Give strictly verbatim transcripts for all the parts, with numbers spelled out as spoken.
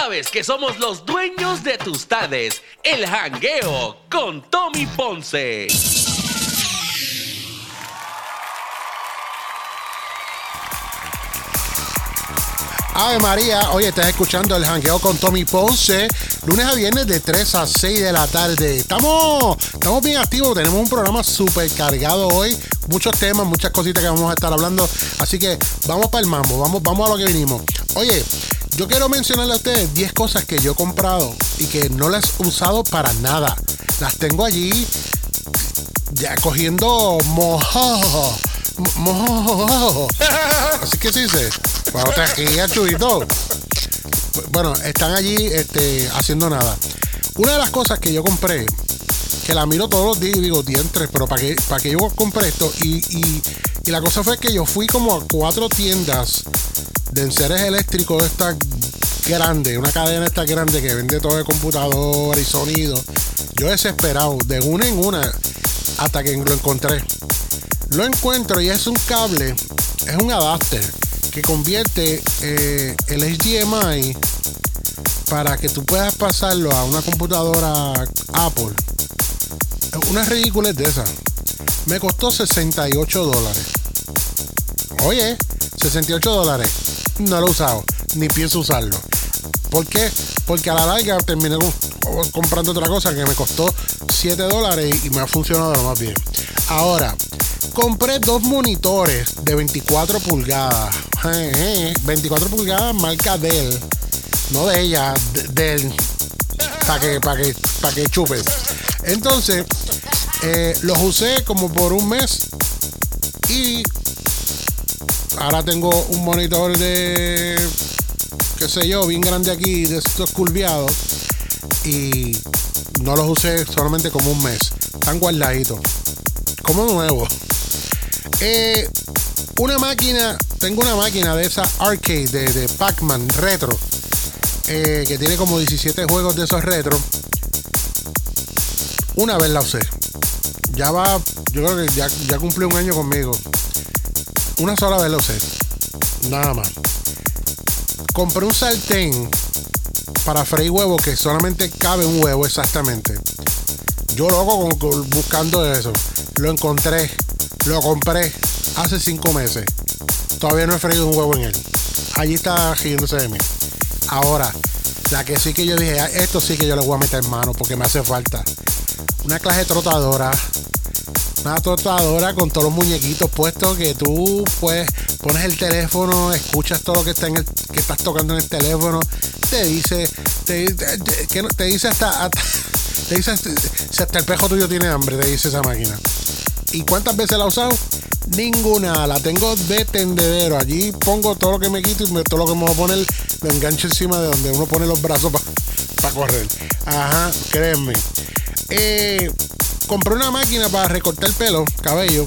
sabes que somos los dueños de tus tardes. El jangueo con Tommy Ponce. Ave María, oye, estás escuchando el jangueo con Tommy Ponce, lunes a viernes de tres a seis de la tarde. Estamos, estamos bien activos, tenemos un programa súper cargado hoy, muchos temas, muchas cositas que vamos a estar hablando, así que vamos para el mambo, vamos, vamos a lo que vinimos. Oye, yo quiero mencionarle a ustedes diez cosas que yo he comprado y que no las he usado para nada. Las tengo allí ya cogiendo mojo. Mojo. Así que sí dice. Cuando te rías, chubito. Bueno, están allí este, haciendo nada. Una de las cosas que yo compré, que la miro todos los días y digo, diantres, pero ¿para qué, para qué yo compré esto? Y, y, y la cosa fue que yo fui como a cuatro tiendas de enseres eléctricos estas grandes, una cadena esta grande que vende todo de computadora y sonido. Yo desesperado, de una en una, hasta que lo encontré. Lo encuentro y es un cable, es un adapter que convierte eh, el H D M I para que tú puedas pasarlo a una computadora Apple. Una ridícula de esa. Me costó sesenta y ocho dólares. Oye, sesenta y ocho dólares. No lo he usado, ni pienso usarlo. ¿Por qué? Porque a la larga terminé comprando otra cosa que me costó siete dólares y me ha funcionado lo más bien. Ahora, compré dos monitores de veinticuatro pulgadas. veinticuatro pulgadas marca Dell. No de ella, de, Dell. Para que, para que, para que chupes. Entonces, eh, los usé como por un mes. Y ahora tengo un monitor de, qué sé yo, bien grande aquí, de estos curviados. Y no los usé solamente como un mes. Están guardaditos. Como nuevo. Eh, una máquina, tengo una máquina de esa arcade de, de Pac-Man retro, eh, que tiene como diecisiete juegos de esos retro. Una vez la usé. Ya va, yo creo que ya, ya cumplió un año conmigo. Una sola vez la usé. Nada más. Compré un sartén para freír huevo que solamente cabe un huevo exactamente. Yo loco con, con, buscando eso. Lo encontré. Lo compré hace cinco meses. Todavía no he freído un huevo en él. Allí está riéndose de mí. Ahora, la que sí que yo dije, esto sí que yo le voy a meter en mano porque me hace falta. Una clase trotadora. Una trotadora con todos los muñequitos puestos que tú pues pones el teléfono, escuchas todo lo que está en el, que estás tocando en el teléfono. Te dice, te, te, te, que te dice hasta, hasta te dice si hasta el pejo tuyo tiene hambre, te dice esa máquina. ¿Y cuántas veces la he usado? Ninguna. La tengo de tendedero. Allí pongo todo lo que me quito y me, todo lo que me voy a poner lo engancho encima de donde uno pone los brazos para pa correr. Ajá, créanme. Eh, compré una máquina para recortar pelo, cabello,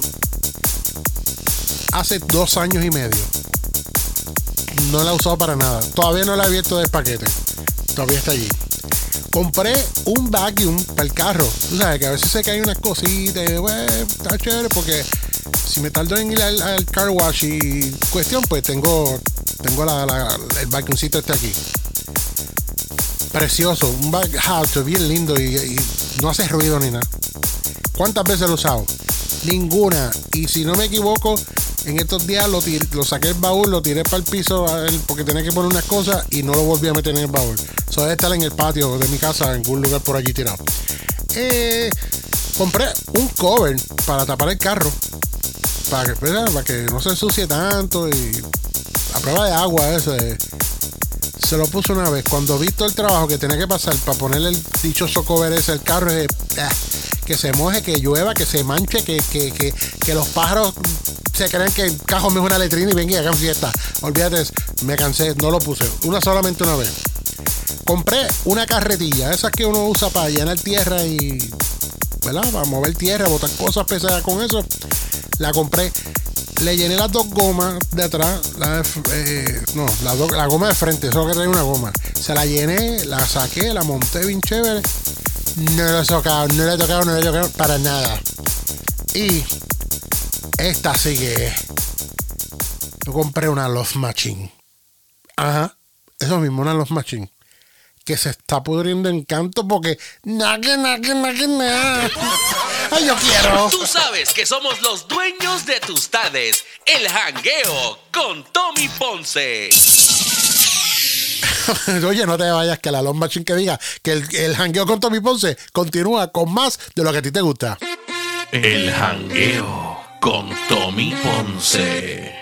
hace dos años y medio. No la he usado para nada. Todavía no la he abierto del paquete. Todavía está allí. Compré un vacuum para el carro. Tú sabes que a veces se caen unas cositas y bueno, está chévere porque si me tardo en ir al, al car wash y cuestión, pues tengo tengo la, la, el vacuumcito este aquí. Precioso, un vacuum bien lindo y, y no hace ruido ni nada. ¿Cuántas veces lo he usado? Ninguna. Y si no me equivoco, en estos días lo, tiré, lo saqué del baúl, lo tiré para el piso porque tenía que poner unas cosas y no lo volví a meter en el baúl. Eso debe estar en el patio de mi casa, en algún lugar por allí tirado. Eh, compré un cover para tapar el carro, para que, para que no se ensucie tanto y a prueba de agua eso. Eh. Se lo puse una vez. Cuando vi todo el trabajo que tenía que pasar para ponerle el dichoso cover ese al carro, eh, que se moje, que llueva, que se manche, que, que, que, que los pájaros se creen que el cajón es una letrina y venga y hagan fiesta. Olvídate, me cansé, no lo puse. Una solamente una vez. Compré una carretilla, esas que uno usa para llenar tierra y, ¿verdad? Para mover tierra, botar cosas pesadas con eso. La compré. Le llené las dos gomas de atrás, la, eh, no, la, do, la goma de frente, solo que trae una goma. Se la llené, la saqué, la monté bien chévere. No le he tocado, no le he tocado, no le he tocado para nada. Y esta sigue. Yo compré una Love Machine. Ajá, eso mismo, una Love Machine. que se está pudriendo en canto porque naque, naque, naque, naque. ¡Ay, yo quiero! Tú sabes que somos los dueños de tus tardes. El jangueo con Tommy Ponce. Oye, no te vayas, que la Lomba Chin que diga que el, el jangueo con Tommy Ponce continúa con más de lo que a ti te gusta. El jangueo con Tommy Ponce.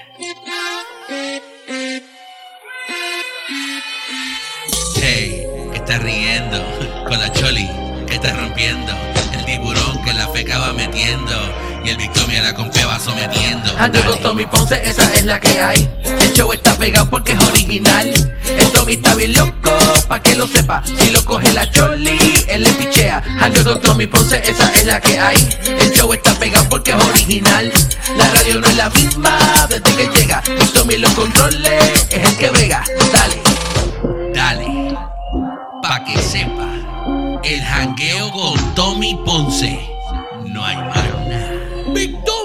Hey, está riendo con la Choli que está rompiendo, el tiburón que la feca va metiendo y el Victoria la compea va sometiendo. Ando con Tommy Ponce, esa es la que hay. El show está pegado porque es original. El Tommy está bien loco, pa' que lo sepa. Si lo coge la Choli, él le pichea. Ando con Tommy Ponce, esa es la que hay. El show está pegado porque es original. La radio no es la misma desde que llega. Y Tommy los controles, es el que brega. Dale, Dale, pa' que sepa, el jangueo con Tommy Ponce. No hay más nada. ¡Victoria!